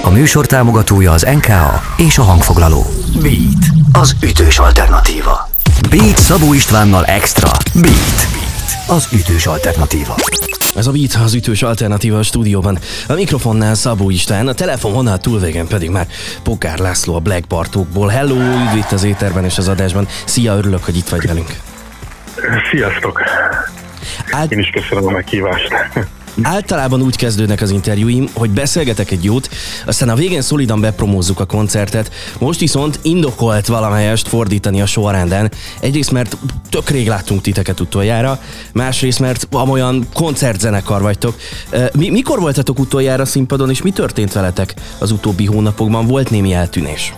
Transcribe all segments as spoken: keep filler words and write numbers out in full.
A műsor támogatója az en ká á és a hangfoglaló. Beat, az ütős alternatíva. Beat Szabó Istvánnal extra. Beat, az ütős alternatíva. Ez a Beat, az ütős alternatíva a stúdióban. A mikrofonnál Szabó István, a telefononál túlvégen pedig már Pokár László a Black Bartókból. Hello, üdv itt az éterben és az adásban. Szia, örülök, hogy itt vagy velünk. Sziasztok! Át... Én is köszönöm a meghívást. Általában úgy kezdődnek az interjúim, hogy beszélgetek egy jót, aztán a végén szolidan bepromózzuk a koncertet. Most viszont indokolt valamelyest fordítani a sorrenden. Egyrészt, mert tök rég láttunk titeket utoljára, másrészt, mert amolyan koncertzenekar vagytok. Mi, mikor voltatok utoljára színpadon, és mi történt veletek az utóbbi hónapokban? Volt némi eltűnés?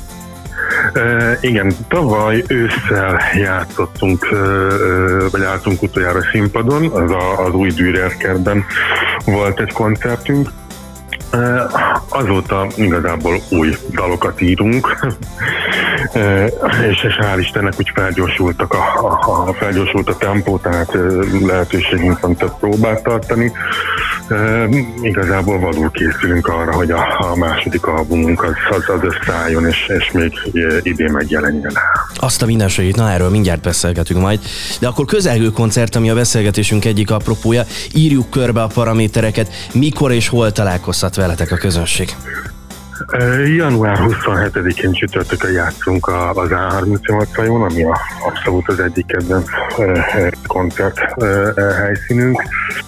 Uh, igen, tavaly ősszel játszottunk, uh, vagy játszottunk utoljára színpadon, az, a, az új Dürer kertben volt egy koncertünk. Uh, azóta igazából új dalokat írunk, uh, és, és hál' Istennek úgy felgyorsultak a, a, a, felgyorsult a tempó, tehát uh, lehetőségünk van több próbát tartani. Uh, igazából való készülünk arra, hogy a, a második albumunk az, az, az összeálljon, és, és még idén megjelenjen. Azt a mindenségét, na erről mindjárt beszélgetünk majd. De akkor közelgő koncert, ami a beszélgetésünk egyik apropója, írjuk körbe a paramétereket, mikor és hol találkozhat veletek a közönség? Uh, január huszonhetedikén csütörtökön játszunk az á harmincnyolcason, ami a, abszolút az egyik kedvenc uh, koncert uh, helyszínünk.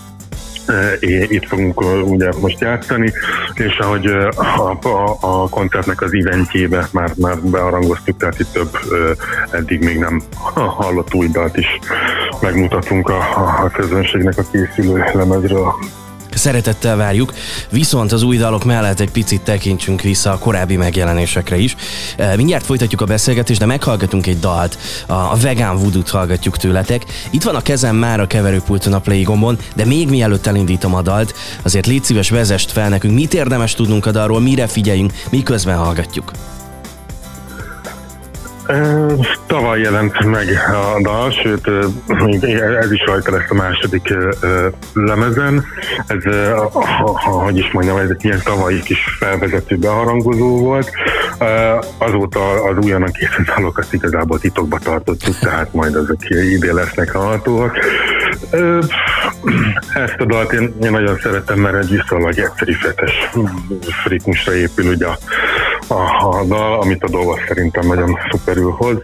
Itt fogunk ugye most játszani, és ahogy a, a, a koncertnek az eventjébe már, már bearangoztuk, tehát itt több eddig még nem hallott új dalt is megmutatunk a, a közönségnek a készülő lemezről. Szeretettel várjuk, viszont az új dalok mellett egy picit tekintsünk vissza a korábbi megjelenésekre is. Mindjárt folytatjuk a beszélgetést, de meghallgatunk egy dalt, a Vegán Voodoo-t hallgatjuk tőletek. Itt van a kezem már a keverőpulton a play gombon, de még mielőtt elindítom a dalt, azért légy szíves, vezest fel nekünk, mit érdemes tudnunk a dalról, mire figyeljünk, miközben hallgatjuk. Tavaly jelent meg a dal, sőt, ez is rajta lesz a második lemezen. Ez, ahogy is mondjam, ez egy ilyen tavalyi kis felvezető beharangozó volt. Azóta az újonnan készült dalokat igazából titokba tartottuk, tehát majd azok idén lesznek hallhatóak. Ezt a dalt én, én nagyon szeretem, mert egy viszonylag egyszerű fetes ritmusra épül ugye a, a, a dal, amit a dolog szerintem nagyon szuperül hoz.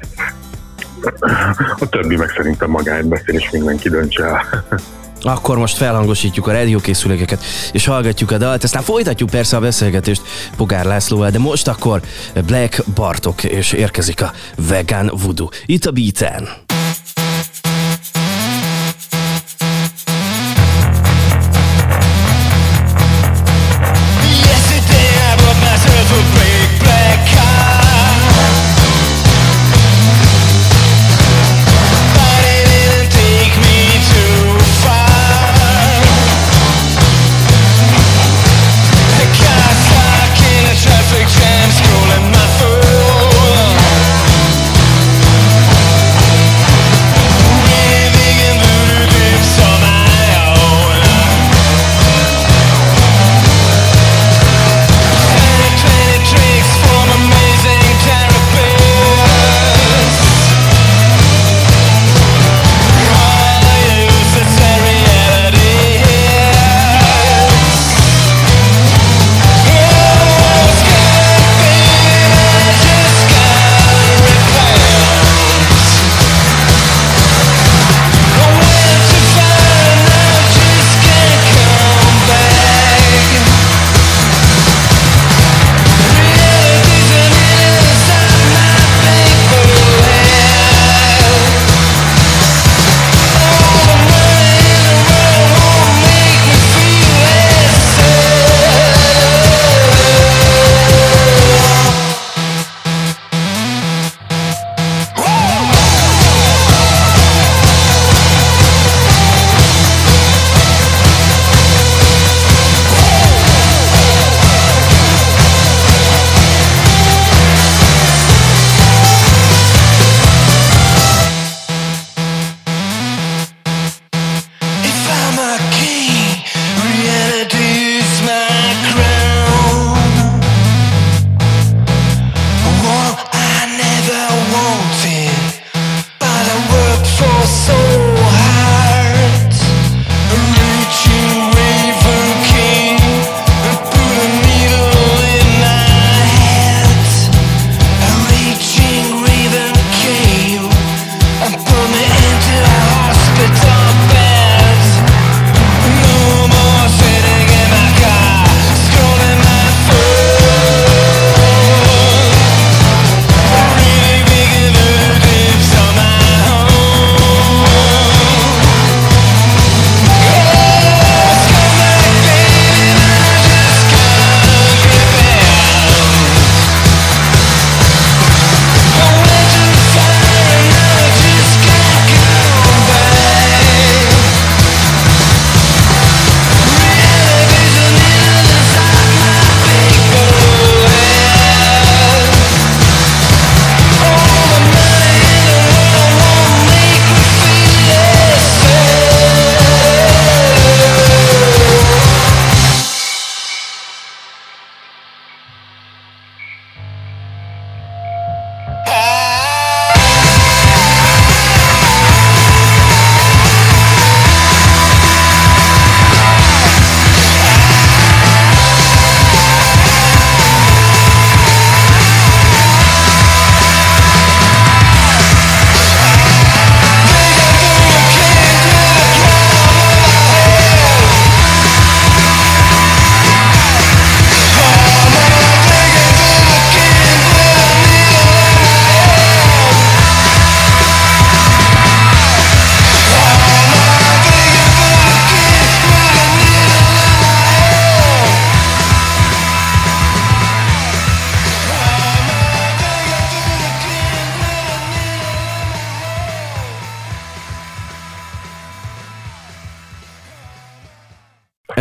A többi meg szerintem magáért beszél, és mindenki döntse el. Akkor most felhangosítjuk a rádiókészülékeket, és hallgatjuk a dalt, aztán folytatjuk persze a beszélgetést Pokár Lászlóval, de most akkor Black Bartók, és érkezik a Vegán Voodoo. Itt a Beaten. Scrolling my phone.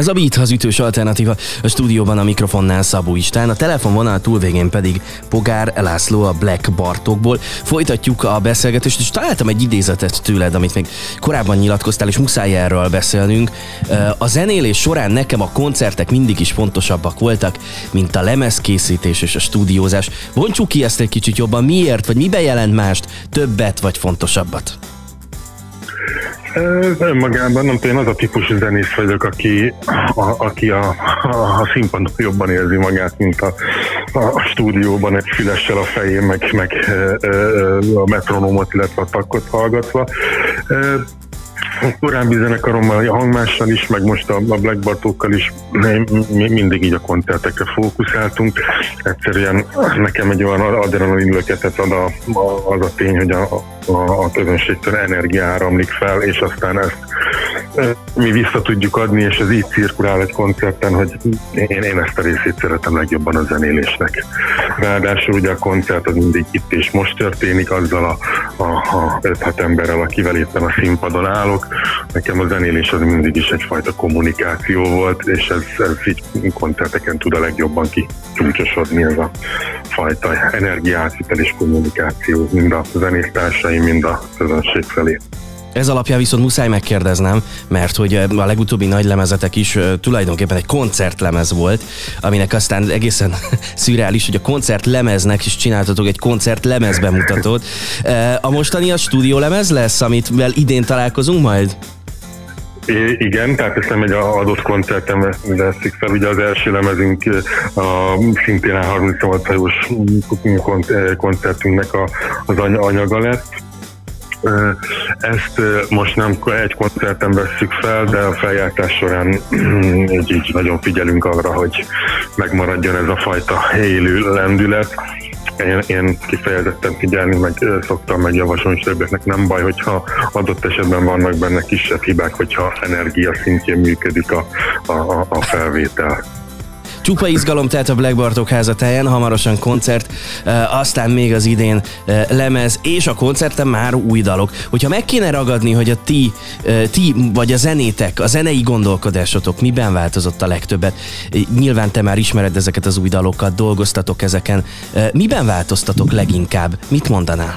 Ez a Beat, az ütős alternatíva, a stúdióban a mikrofonnál Szabó István, a telefonvonal túlvégén pedig Pogár László a Black Bartókból. Folytatjuk a beszélgetést, és találtam egy idézetet tőled, amit még korábban nyilatkoztál, és muszáj erről beszélnünk. A zenélés során nekem a koncertek mindig is fontosabbak voltak, mint a lemezkészítés és a stúdiózás. Bontsuk ki ezt egy kicsit jobban, miért, vagy miben jelent mást, többet vagy fontosabbat? Önmagában nem tudom, én az a típusú zenész vagyok, aki a, aki a, a, a színpadon jobban érzi magát, mint a, a stúdióban egy fülessel a fején, meg, meg a metronómot, illetve a takkot hallgatva. A korábbi zenekarommal, a hangmással is, meg most a Black Bartókkal is mi mindig így a koncertekre fókuszáltunk. Egyszerűen nekem egy olyan adrenalin löketet ad a, a, az a tény, hogy a, a, a közönségtől energia áramlik fel, és aztán ezt mi vissza tudjuk adni, és ez így cirkulál egy koncerten, hogy én, én ezt a részét szeretem legjobban a zenélésnek. Ráadásul ugye a koncert az mindig itt és most történik, azzal a, a, a öt-hat emberrel, akivel éppen a színpadon állok. Nekem a zenélés az mindig is egyfajta kommunikáció volt, és ez, ez így koncerteken tud a legjobban kicsúcsosodni, ez a fajta energiátvitelés és kommunikáció, mind a zenésztársaim, mind a közönség felé. Ez alapján viszont muszáj megkérdeznem, mert hogy a legutóbbi nagy lemezetek is tulajdonképpen egy koncertlemez volt, aminek aztán egészen szürreális, hogy a koncertlemeznek is csináltatok egy koncertlemez bemutatót. A mostani a stúdiólemez lesz, amivel idén találkozunk majd? É, igen, tehát ezt nem egy adott koncerten veszik fel. Ugye az első lemezünk a szintén a harmincnyolc hajós koncertünknek a, az anyaga lett. Ezt most nem egy koncerten vesszük fel, de a feljártás során így, így nagyon figyelünk arra, hogy megmaradjon ez a fajta élő lendület. Én, én kifejezetten figyelni, meg szoktam meg javasolni többeknek, nem baj, hogyha adott esetben vannak benne kisebb hibák, hogyha energia szintjén működik a, a, a felvétel. Csupa izgalom tehát a Black Bartók házatáján, hamarosan koncert, aztán még az idén lemez, és a koncerten már új dalok. Hogyha meg kéne ragadni, hogy a ti, ti vagy a zenétek, a zenei gondolkodásotok miben változott a legtöbbet? Nyilván te már ismered ezeket az új dalokat, dolgoztatok ezeken. Miben változtatok leginkább? Mit mondanál?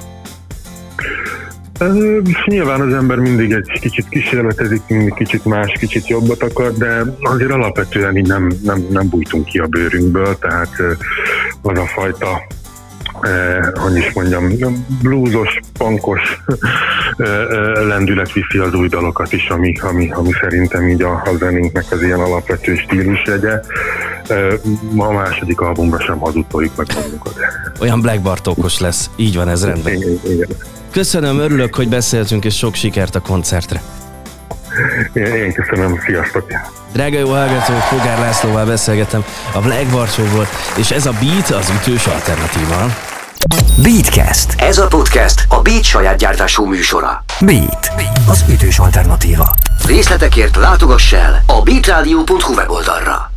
Uh, nyilván az ember mindig egy kicsit kísérletezik, mindig kicsit más, kicsit jobbat akar, de azért alapvetően így nem, nem, nem bújtunk ki a bőrünkből, tehát uh, az a fajta, uh, hogy is mondjam, bluesos, punkos uh, uh, lendület viszi az új dalokat is, ami, ami, ami szerintem így a, a zenénknek az ilyen alapvető stílusjegye. Ma a második albumra sem hazudtoljuk meg magunkat. Olyan Black Bartókos lesz, így van, ez rendben. Igen, igen. Köszönöm, örülök, hogy beszéltünk, és sok sikert a koncertre. Én, én köszönöm, sziasztok! Drága jó hallgatók, Pogár Lászlóval beszélgettem a Black Bartókból, és ez a Beat az ütős alternatíva. Beatcast. Ez a podcast a Beat saját gyártású műsora. Beat, az ütős alternatíva. Részletekért látogass el a beatradio pont hu weboldalra.